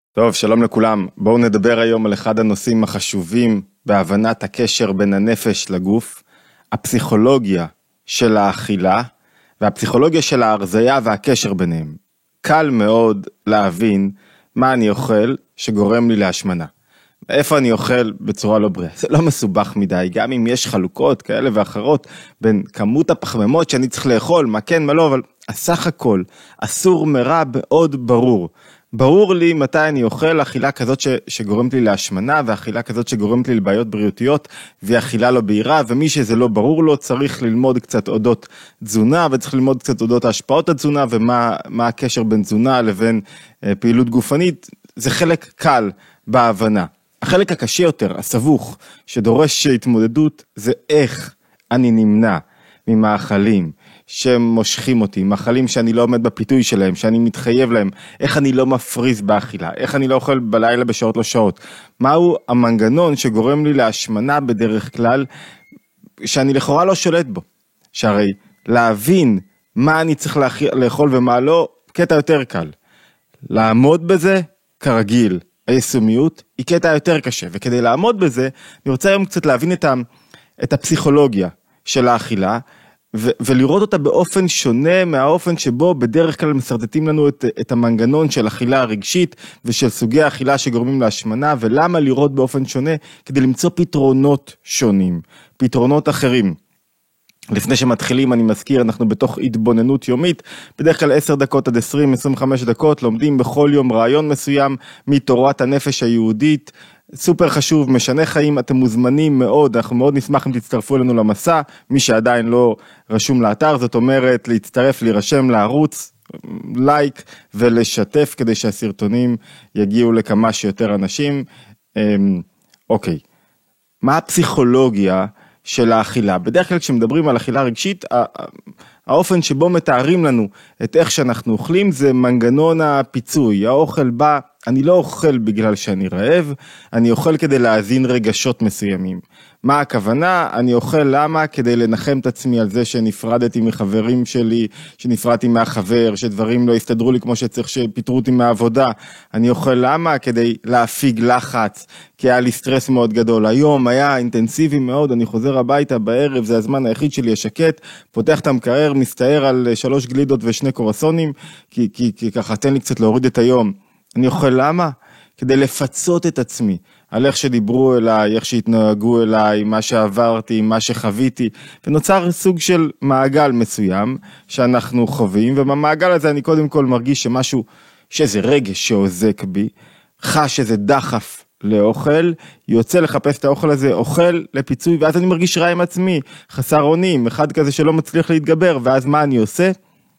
טוב, שלום לכולם. בואו נדבר היום על אחד הנושאים החשובים בהבנת הקשר בין הנפש לגוף, הפסיכולוגיה של האכילה והפסיכולוגיה של ההרזיה והקשר ביניהם. קל מאוד להבין מה אני אוכל שגורם לי להשמנה. איפה אני אוכל בצורה לא בריאה. זה לא מסובך מדי, גם אם יש חלוקות כאלה ואחרות בין כמות הפחמימות שאני צריך לאכול, מה כן, מה לא, אבל הסך הכל, אסור מרע מאוד ברור. ברור לי מתי אני אוכל אכילה כזאת שגורמת לי להשמנה, ואכילה כזאת שגורמת לי לבעיות בריאותיות, ואכילה לא בהירה, ומי שזה לא ברור לו צריך ללמוד קצת אודות תזונה, וצריך ללמוד קצת אודות ההשפעות התזונה, ומה הקשר בין תזונה לבין פעילות גופנית. זה חלק קל בהבנה. החלק הקשה יותר, הסבוך, שדורש התמודדות, זה איך אני נמנע ממאכלים שמושכים אותי, מאכלים שאני לא עומד בפיתוי שלהם, שאני מתחייב להם, איך אני לא מפריז באכילה, איך אני לא אוכל בלילה בשעות לא שעות. מהו המנגנון שגורם לי להשמנה בדרך כלל, שאני לכאורה לא שולט בו. שהרי להבין מה אני צריך לאכול ומה לא, קטע יותר קל. לעמוד בזה כרגיל. היישומיות היא קטע יותר קשה, וכדי לעמוד בזה, אני רוצה היום קצת להבין את הפסיכולוגיה של האכילה, ולראות אותה באופן שונה מהאופן שבו בדרך כלל מסרטטים לנו את המנגנון של אכילה הרגשית, ושל סוגי האכילה שגורמים להשמנה, ולמה לראות באופן שונה, כדי למצוא פתרונות שונים, פתרונות אחרים. לפני שמתחילים, אני מזכיר, אנחנו בתוך התבוננות יומית, בדרך כלל 10 דקות עד 20-25 דקות, לומדים בכל יום רעיון מסוים מתורת הנפש היהודית, סופר חשוב, משנה חיים, אתם מוזמנים מאוד, אנחנו מאוד נשמח אם תצטרפו אלינו למסע, מי שעדיין לא רשום לאתר, זאת אומרת להצטרף, להירשם לערוץ, לייק ולשתף כדי שהסרטונים יגיעו לכמה שיותר אנשים. אוקיי, מה הפסיכולוגיה של האכילה? בדרך כלל כשמדברים על אכילה רגשית, האופן שבו מתארים לנו את איך שאנחנו אוכלים זה מנגנון הפיצוי. האוכל בא, אני לא אוכל בגלל שאני רעב, אני אוכל כדי להזין רגשות מסוימים. מה הכוונה? אני אוכל למה? כדי לנחם את עצמי על זה שנפרדתי מחברים שלי, שנפרדתי מהחבר, שדברים לא הסתדרו לי כמו שצריך, שפיטרו אותי מהעבודה. אני אוכל למה? כדי להפיג לחץ, כי היה לי סטרס מאוד גדול. היום היה אינטנסיבי מאוד, אני חוזר הביתה בערב, זה הזמן היחיד שלי השקט, פותח את המקרר, מסתער על 3 גלידות ו2 קורסונים, כי ככה תן לי קצת להוריד את היום. אני אוכל למה? כדי לפצות את עצמי, על איך שדיברו אליי, איך שהתנהגו אליי, מה שעברתי, מה שחוויתי, ונוצר סוג של מעגל מסוים שאנחנו חווים, ובמעגל הזה אני קודם כל מרגיש שמשהו, שזה רגש שעוזק בי, חש איזה דחף לאוכל, יוצא לחפש את האוכל הזה, אוכל לפיצוי, ואז אני מרגיש רע עם עצמי, חסר אונים, אחד כזה שלא מצליח להתגבר, ואז מה אני עושה?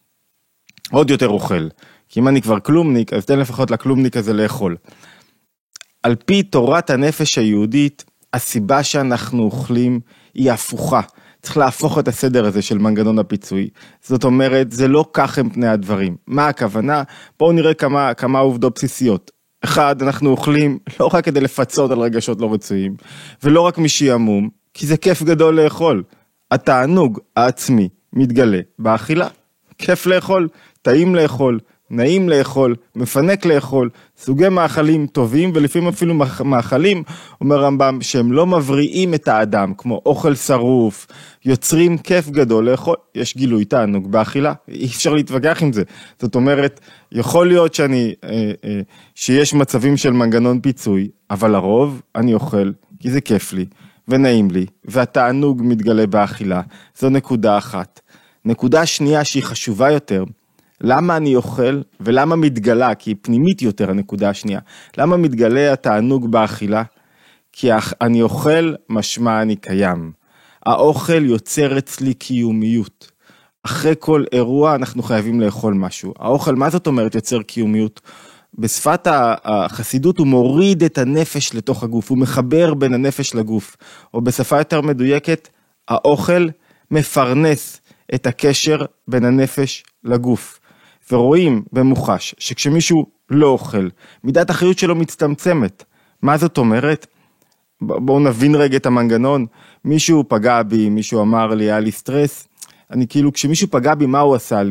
עוד יותר אוכל. כי אם אני כבר כלומניק, אז תן לפחות לכלומניק הזה לאכול. על פי תורת הנפש היהודית, הסיבה שאנחנו אוכלים היא הפוכה. צריך להפוך את הסדר הזה של מנגנון הפיצוי. זאת אומרת, זה לא כך הם פני הדברים. מה הכוונה? בואו נראה כמה עובדות בסיסיות. אחד, אנחנו אוכלים לא רק כדי לפצות על רגשות לא רצויים, ולא רק משעמום, כי זה כיף גדול לאכול. התענוג העצמי מתגלה באכילה. כיף לאכול, טעים לאכול, נעים לאכול, מפנק לאכול, סוגי מאכלים טובים, ולפעמים אפילו מאכלים, אומר רמב"ם, שהם לא מבריאים את האדם, כמו אוכל שרוף, יוצרים כיף גדול לאכול, יש גילוי תענוג באכילה, אי אפשר להתווכח עם זה. זאת אומרת, יכול להיות שיש מצבים של מנגנון פיצוי, אבל לרוב אני אוכל, כי זה כיף לי, ונעים לי, והתענוג מתגלה באכילה. זו נקודה אחת. נקודה שנייה שהיא חשובה יותר, למה אני אוכל ולמה מתגלה, כי היא פנימית יותר הנקודה השנייה, למה מתגלה התענוג באכילה? כי אני אוכל משמע אני קיים. האוכל יוצר אצלי קיומיות. אחרי כל אירוע אנחנו חייבים לאכול משהו. האוכל, מה זאת אומרת יוצר קיומיות? בשפת החסידות הוא מוריד את הנפש לתוך הגוף, הוא מחבר בין הנפש לגוף, או בשפה יותר מדויקת, האוכל מפרנס את הקשר בין הנפש לגוף. ורואים במוחש שכשמישהו לא אוכל, מידת החיות שלו מצטמצמת. מה זאת אומרת? בואו נבין רגע את המנגנון. מישהו פגע בי, מישהו אמר לי, היה לי סטרס. אני כאילו, כשמישהו פגע בי, מה הוא עשה לי?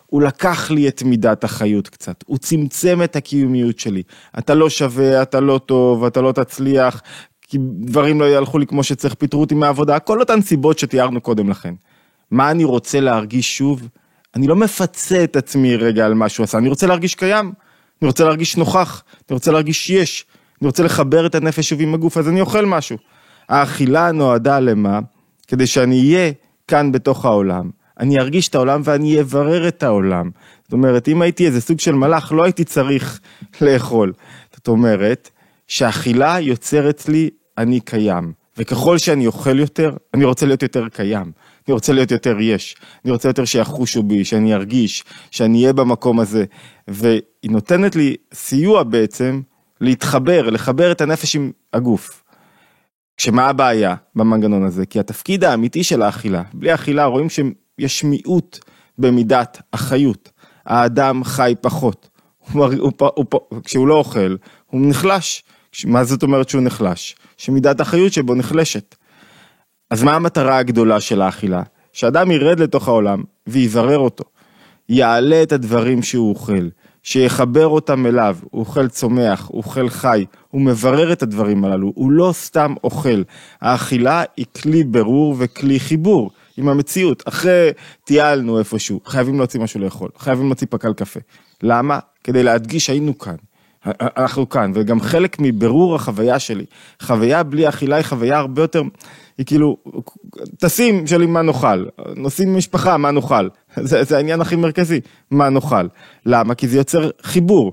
הוא לקח לי את מידת החיות קצת, הוא צמצם את הקיומיות שלי, אתה לא שווה, אתה לא טוב, אתה לא תצליח, כי דברים לא ילכו לי כמו שצריך, פיטרו אותי מהעבודה, כל אותן סיבות שתיארנו קודם לכן. מה אני רוצה להרגיש שוב? אני לא מפצה את עצמי רגע על מה שהוא עשה, אני רוצה להרגיש קיים, אני רוצה להרגיש נוכח, אני רוצה להרגיש יש, אני רוצה לחבר את הנפש שוב עם הגוף, אז אני אוכל משהו. האכילה נועדה למה? כדי שאני אהיה כאן בתוך העולם, אני ארגיש את העולם ואני אברר את העולם. זאת אומרת, אם הייתי איזה סוג של מלאך, לא הייתי צריך לאכול. זאת אומרת, שהאכילה יוצרת לי אני קיים, וככל שאני אוכל יותר, אני רוצה להיות יותר קיים, אני רוצה להיות יותר יש, אני רוצה יותר שיחושו בי, שאני ארגיש, שאני אהיה במקום הזה, והיא נותנת לי סיוע בעצם להתחבר, לחבר את הנפש עם הגוף. כשמה הבעיה במנגנון הזה? כי התפקיד האמיתי של האכילה, בלי האכילה רואים שיש מיעוט במידת החיות, האדם חי פחות, כשהוא לא אוכל, הוא נחלש. מה זאת אומרת שהוא נחלש? שמידת החיות שבו נחלשת. אז מה המטרה הגדולה של האכילה? שאדם ירד לתוך העולם ויברר אותו, יעלה את הדברים שהוא אוכל, שיחבר אותם אליו, הוא אוכל צומח, הוא אוכל חי, הוא מברר את הדברים הללו, הוא לא סתם אוכל. האכילה היא כלי ברור וכלי חיבור עם המציאות. אחרי טיילנו איפשהו, חייבים להוציא משהו לאכול, חייבים להוציא פקל קפה. למה? כדי להדגיש שהיינו כאן. אנחנו כאן, וגם חלק מבירור החוויה שלי, חוויה בלי אכילה היא חוויה הרבה יותר, היא כאילו, תשים שלי מה נאכל, נושאים משפחה מה נאכל, זה העניין הכי מרכזי, מה נאכל. למה? כי זה יוצר חיבור.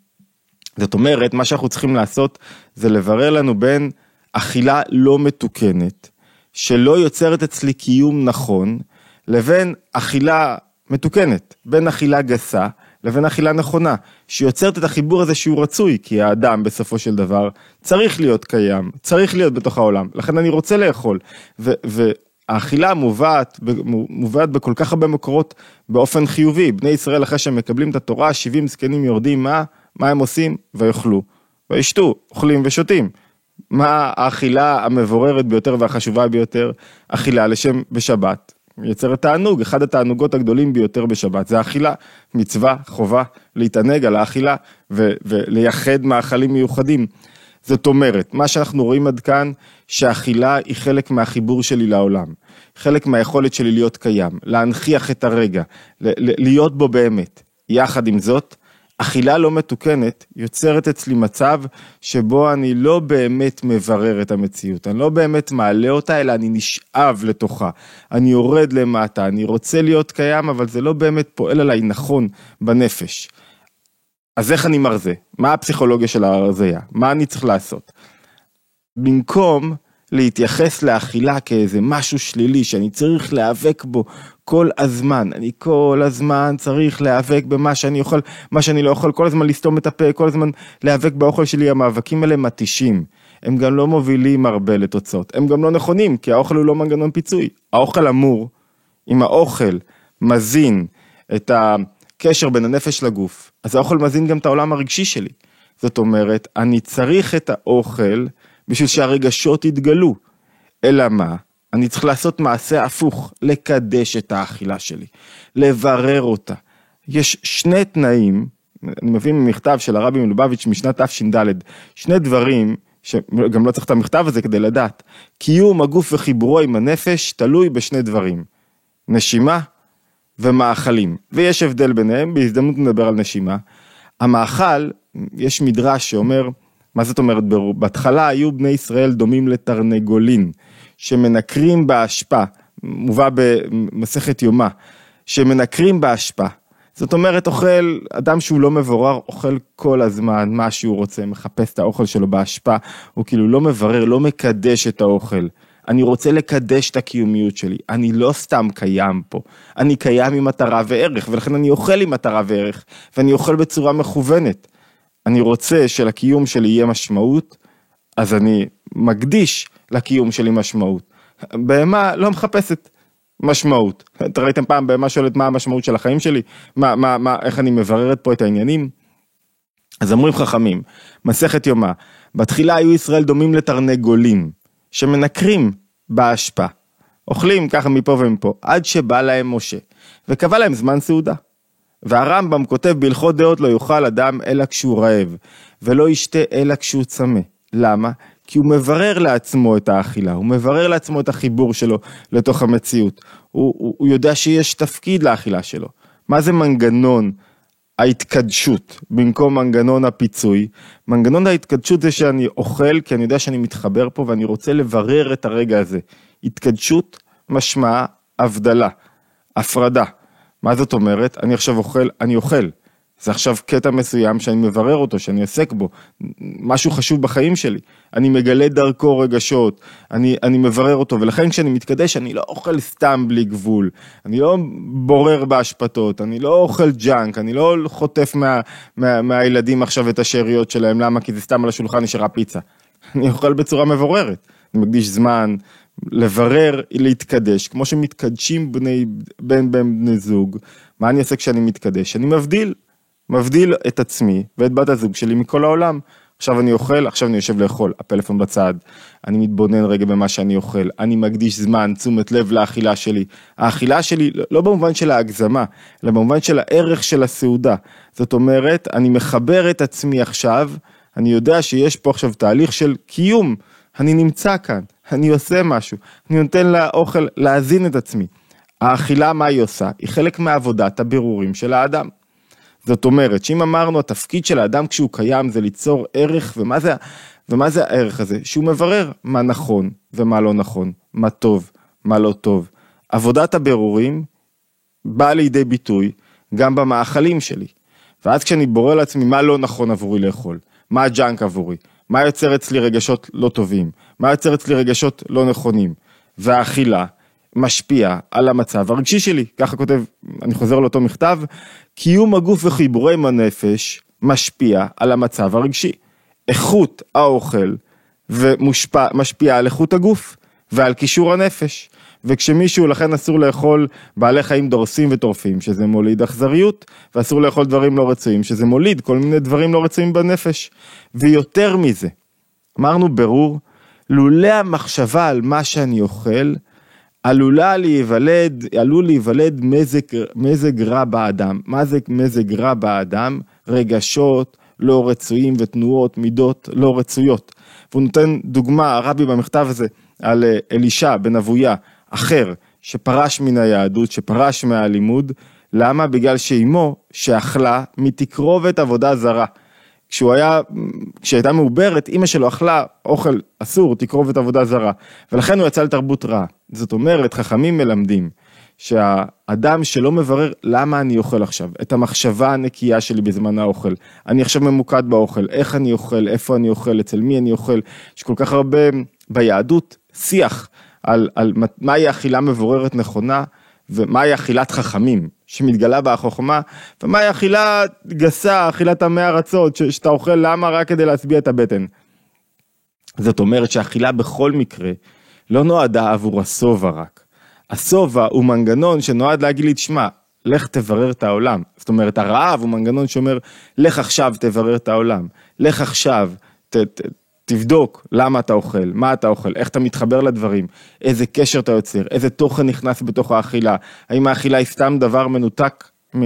זאת אומרת, מה שאנחנו צריכים לעשות, זה לברר לנו בין אכילה לא מתוקנת, שלא יוצרת אצלי קיום נכון, לבין אכילה מתוקנת, בין אכילה גסה, לבין אכילה נכונה, שיוצרת את החיבור הזה שהוא רצוי, כי האדם בסופו של דבר צריך להיות קיים, צריך להיות בתוך העולם, לכן אני רוצה לאכול, והאכילה מובאת בכל כך הרבה מקורות באופן חיובי. בני ישראל אחרי שהם מקבלים את התורה, 70 זקנים יורדים, מה הם עושים? ויאכלו, וישתו, אוכלים ושותים. מה האכילה המבוררת ביותר והחשובה ביותר? אכילה לשם בשבת. יצרת תענוג, אחד התענוגות הגדולים ביותר בשבת, זה האכילה, מצווה, חובה, להתענג על האכילה, ולייחד מאכלים מיוחדים. זאת אומרת, מה שאנחנו רואים עד כאן, שהאכילה היא חלק מהחיבור שלי לעולם, חלק מהיכולת שלי להיות קיים, להנכיח את הרגע, להיות בו באמת. יחד עם זאת, אכילה לא מתוקנת יוצרת אצלי מצב שבו אני לא באמת מברר את המציאות, אני לא באמת מעלה אותה, אלא אני נשאב לתוכה, אני יורד למטה, אני רוצה להיות קיים, אבל זה לא באמת פועל עליי נכון בנפש. אז איך אני מרזה? מה הפסיכולוגיה של ההרזיה? מה אני צריך לעשות? במקום להתייחס לאכילה כאיזה משהו שלילי, שאני צריך להיאבק בו כל הזמן, אני כל הזמן צריך להיאבק במה שאני אוכל, מה שאני לא אוכל, כל הזמן לסתום את הפה, כל הזמן להיאבק באוכל שלי, המאבקים האלה מתישים, הם גם לא מובילים הרבה לתוצאות, הם גם לא נכונים, כי האוכל הוא לא מנגנון פיצוי, האוכל אמור, אם האוכל מזין את הקשר בין הנפש לגוף, אז האוכל מזין גם את העולם הרגשי שלי, זאת אומרת, אני צריך את האוכל, בשביל שהרגשות יתגלו, אלא מה? אני צריך לעשות מעשה הפוך, לקדש את האכילה שלי, לברר אותה. יש שני תנאים, אני מביא ממכתב של הרבי מלובביץ' משנת תש"ד, שני דברים, שגם לא צריך את המכתב הזה כדי לדעת, קיום הגוף וחיבורו עם הנפש תלוי בשני דברים, נשימה ומאכלים, ויש הבדל ביניהם, בהזדמנות נדבר על נשימה. המאכל, יש מדרש שאומר, מה זאת אומרת? בהתחלה היו בני ישראל דומים לתרנגולין, שמנקרים בהשפעה, מובא במסכת יומא, שמנקרים בהשפעה. זאת אומרת, אוכל, אדם שהוא לא מבורר, אוכל כל הזמן מה שהוא רוצה, מחפש את האוכל שלו בהשפעה, הוא כאילו לא מברר, לא מקדש את האוכל. אני רוצה לקדש את הקיומיות שלי, אני לא סתם קיים פה, אני קיים עם מטרה וערך, ולכן אני אוכל עם מטרה וערך, ואני אוכל בצורה מכוונת. אני רוצה שלקיום שלי יהיה משמעות, אז אני מקדיש לקיום שלי משמעות. בהמה לא מחפשת משמעות. אתם ראיתם פעם בהמה שואלת מה המשמעות של החיים שלי? איך אני מבררת פה את העניינים? אז אמרים חכמים, מסכת יומא, בתחילה היו ישראל דומים לתרנגולים, שמנקרים בהשפעה. אוכלים ככה מפה ומפה, עד שבא להם משה, וקבע להם זמן סעודה. והרמב"ם כותב בהלכות דעות לא יאכל אדם אלא כשהוא רעב, ולא ישתה אלא כשהוא צמא. למה? כי הוא מברר לעצמו את האכילה, הוא מברר לעצמו את החיבור שלו לתוך המציאות. הוא יודע שיש תפקיד לאכילה שלו. מה זה מנגנון ההתקדשות במקום מנגנון הפיצוי? מנגנון ההתקדשות זה שאני אוכל כי אני יודע שאני מתחבר פה ואני רוצה לברר את הרגע הזה. התקדשות משמעה הבדלה, הפרדה. מה זאת אומרת? אני עכשיו אני אוכל. זה עכשיו קטע מסוים שאני מברר אותו, שאני עוסק בו, משהו חשוב בחיים שלי. אני מגלה דרכו רגשות, אני מברר אותו, ולכן כשאני מתקדש, אני לא אוכל סתם בלי גבול, אני לא בורר בהשפטות, אני לא אוכל ג'אנק, אני לא חוטף מהילדים עכשיו את השאריות שלהם, למה? כי זה סתם על השולחן נשארה פיצה. אני אוכל בצורה מבוררת, אני מקדיש זמן, לברר, להתקדש, כמו שמתקדשים בין בני זוג. מה אני עושה כשאני מתקדש? אני מבדיל את עצמי ואת בת הזוג שלי מכל העולם. עכשיו אני אוכל, עכשיו אני יושב לאכול, הפלאפון בצד, אני מתבונן רגע במה שאני אוכל, אני מקדיש זמן, תשומת לב לאכילה שלי. האכילה שלי לא במובן של ההגזמה, אלא במובן של הערך של הסעודה. זאת אומרת, אני מחבר את עצמי עכשיו, אני יודע שיש פה עכשיו תהליך של קיום, אני נמצא כאן, אני עושה משהו, אני נותן לאוכל להזין את עצמי. האכילה מה היא עושה? היא חלק מעבודת הבירורים של האדם. זאת אומרת, שאם אמרנו, התפקיד של האדם כשהוא קיים זה ליצור ערך, ומה זה הערך הזה? שהוא מברר מה נכון ומה לא נכון, מה טוב, מה לא טוב. עבודת הבירורים באה לידי ביטוי גם במאכלים שלי. ואז כשאני בורא לעצמי מה לא נכון עבורי לאכול, מה הג'אנק עבורי, מה יוצר אצלי רגשות לא טובים, מה יוצר אצלי רגשות לא נכונים, והאכילה משפיע על המצב הרגשי שלי. ככה כותב, אני חוזר לאותו מכתב, קיום הגוף וחיבורי עם הנפש משפיע על המצב הרגשי. איכות האוכל משפיע על איכות הגוף ועל קישור הנפש. וכשמישהו, לכן אסור לאכול בעלי חיים דורסים וטורפים, שזה מוליד אכזריות, ואסור לאכול דברים לא רצויים, שזה מוליד כל מיני דברים לא רצויים בנפש. ויותר מזה, אמרנו ברור, לולא המחשבה על מה שאני אוכל, עלול להיוולד מזג רע באדם. מה זה מזג רע באדם? רגשות לא רצויים ותנועות מידות לא רצויות. והוא נותן דוגמה, הרבי במכתב הזה, על אלישע בן אבויה, אחר, שפרש מן היהדות, שפרש מהלימוד. למה? בגלל שאימו שאכלה מתקרובת עבודה זרה. כשהייתה מעוברת, אמא שלו אכלה אוכל אסור, תקרובת עבודה זרה, ולכן הוא יצא לתרבות רעה. זאת אומרת, חכמים מלמדים, שהאדם שלא מברר למה אני אוכל עכשיו, את המחשבה הנקייה שלי בזמן האוכל, אני עכשיו ממוקד באוכל, איך אני אוכל, איפה אני אוכל, אצל מי אני אוכל, יש כל כך הרבה ביהדות שיח על מהי אכילה מבוררת נכונה, ומהי אכילת חכמים, שמתגלה בה החוכמה, ומהי אכילה גסה, אכילת עמי ארצות, שאתה אוכל למה רק כדי להצביע את הבטן. זאת אומרת שהאכילה בכל מקרה, לא נועדה עבור הסובה רק. הסובה הוא מנגנון שנועד להגיד לי, תשמע, לך תברר את העולם. זאת אומרת, הרעב הוא מנגנון שאומר, לך עכשיו תברר את העולם. לך עכשיו תבדוק למה אתה אוכל, מה אתה אוכל, איך אתה מתחבר לדברים, איזה קשר אתה יוצר, איזה תוכן נכנס בתוך האכילה, האם האכילה היא סתם דבר מנותק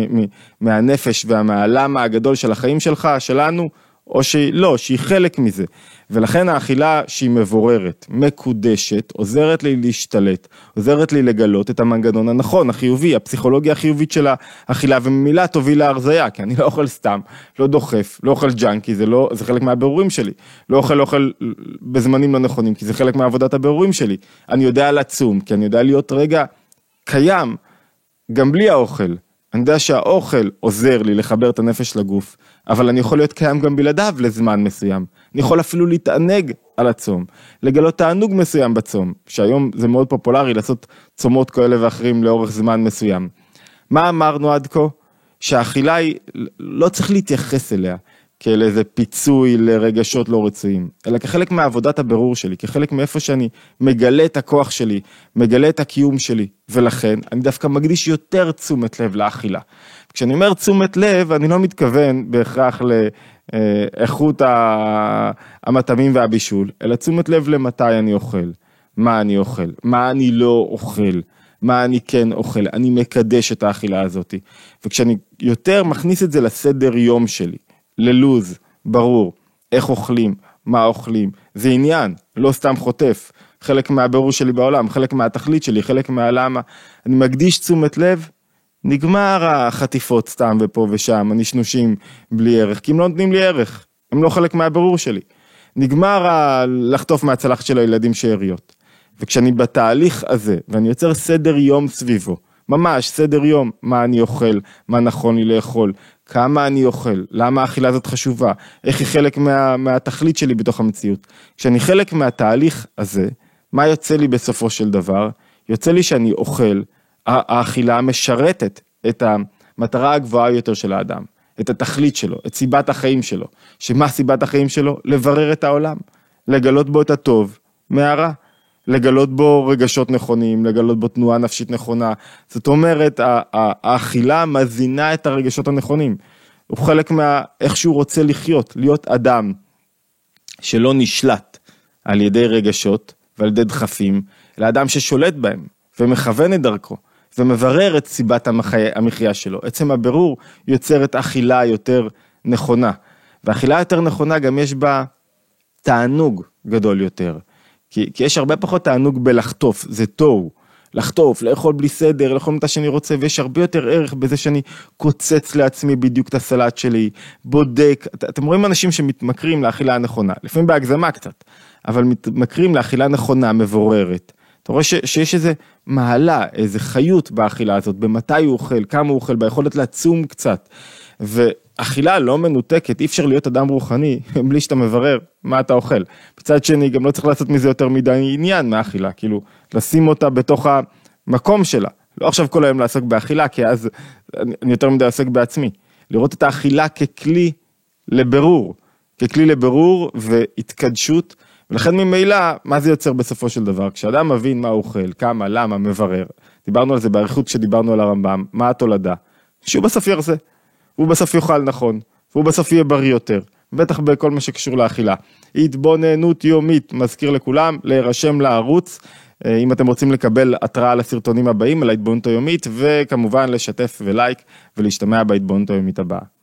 מהנפש והמעלם הגדול של החיים שלך, שלנו, או שלא, שהיא חלק מזה. ולכן האכילה שהיא מבוררת, מקודשת, עוזרת לי להשתלט, עוזרת לי לגלות את המנגנון הנכון, החיובי, הפסיכולוגיה החיובית של האכילה, וממילה תוביל להרזיה, כי אני לא אוכל סתם, לא דוחף, לא אוכל ג'אנקי, זה חלק מהבירורים שלי, לא אוכל בזמנים לא נכונים, כי זה חלק מעבודת הבירורים שלי. אני יודע לצום, כי אני יודע להיות רגע קיים, גם בלי האוכל. אני יודע שהאוכל עוזר לי לחבר את הנפש לגוף, אבל אני יכול להיות קיים גם בלעדיו לזמן מסוים. אני יכול אפילו להתענג על הצום, לגלות תענוג מסוים בצום, שהיום זה מאוד פופולרי לעשות צומות כאלה ואחרים לאורך זמן מסוים. מה אמרנו עד כה? שהאכילה היא, לא צריך להתייחס אליה, כאל איזה פיצוי לרגשות לא רצויים, אלא כחלק מעבודת הבירור שלי, כחלק מאיפה שאני מגלה את הכוח שלי, מגלה את הקיום שלי, ולכן אני דווקא מקדיש יותר תשומת לב לאכילה. כשאני אומר תשומת לב, אני לא מתכוון בהכרח לאיכות המטעמים והבישול, אלא תשומת לב למתי אני אוכל, מה אני אוכל, מה אני לא אוכל, מה אני כן אוכל, אני מקדש את האכילה הזאת, וכשאני יותר מכניס את זה לסדר יום שלי, ללוז, ברור, איך אוכלים, מה אוכלים, זה עניין, לא סתם חוטף, חלק מהבירור שלי בעולם, חלק מהתכלית שלי, חלק מהלמה, אני מקדיש תשומת לב, נגמר החטיפות סתם ופה ושם, הנשנושים בלי ערך, כי הם לא נותנים לי ערך, הם לא חלק מהבירור שלי, נגמר לחטוף מהצלחת של הילדים שאריות, וכשאני בתהליך הזה, ואני יוצר סדר יום סביבו, ממש סדר יום, מה אני אוכל, מה נכון לי לאכול, כמה אני אוכל, למה האכילה הזאת חשובה, איך היא חלק מהתכלית שלי בתוך המציאות. כשאני חלק מהתהליך הזה, מה יוצא לי בסופו של דבר? יוצא לי שאני אוכל, האכילה משרתת את המטרה הגבוהה יותר של האדם, את התכלית שלו, את סיבת החיים שלו. שמה סיבת החיים שלו? לברר את העולם, לגלות בו את הטוב מהרע. לגלות בו רגשות נכונים, לגלות בו תנועה נפשית נכונה. זאת אומרת, האכילה מזינה את הרגשות הנכונים. הוא חלק איך שהוא רוצה לחיות, להיות אדם שלא נשלט על ידי רגשות ועל ידי דחפים, אלא אדם ששולט בהם ומכוון את דרכו ומברר את סיבת המחיה שלו. עצם הבירור יוצרת אכילה יותר נכונה. והאכילה יותר נכונה גם יש בה תענוג גדול יותר. כי יש הרבה פחות תענוג בלחטוף, זה טוב, לחטוף, לאכול בלי סדר, לאכול מתי שאני רוצה, ויש הרבה יותר ערך בזה שאני קוצץ לעצמי בדיוק את הסלט שלי, בודק, אתם רואים אנשים שמתמכרים לאכילה הנכונה, לפעמים בהגזמה קצת, אבל מתמכרים לאכילה נכונה, מבוררת, אתה רואה שיש איזה מעלה, איזה חיות באכילה הזאת, במתי הוא אוכל, כמה הוא אוכל, ביכולת לעצום קצת, ואכילה לא מנותקת, אי אפשר להיות אדם רוחני, בלי שאתה מברר מה אתה אוכל. בצד שני, גם לא צריך לעשות מזה יותר מדי עניין מהאכילה, כאילו, לשים אותה בתוך המקום שלה. לא עכשיו כל היום לעסוק באכילה, כי אז אני יותר מדי עסק בעצמי. לראות את האכילה ככלי לבירור, והתקדשות, ולכן ממילא, מה זה יוצר בסופו של דבר? כשאדם מבין מה הוא אוכל, כמה, למה, מברר. דיברנו על זה באריכות כשדיברנו על הרמב"ם, מה התולדה? שהוא בסוף ירזה. הוא בסוף יאכל נכון, והוא בסוף יהיה בריא יותר, בטח בכל מה שקשור לאכילה. התבוננות יומית, מזכיר לכולם, להירשם לערוץ, אם אתם רוצים לקבל התראה על הסרטונים הבאים, על ההתבוננות היומית, וכמובן לשתף ולייק, ולהשתמע בהתבוננות היומית הבאה.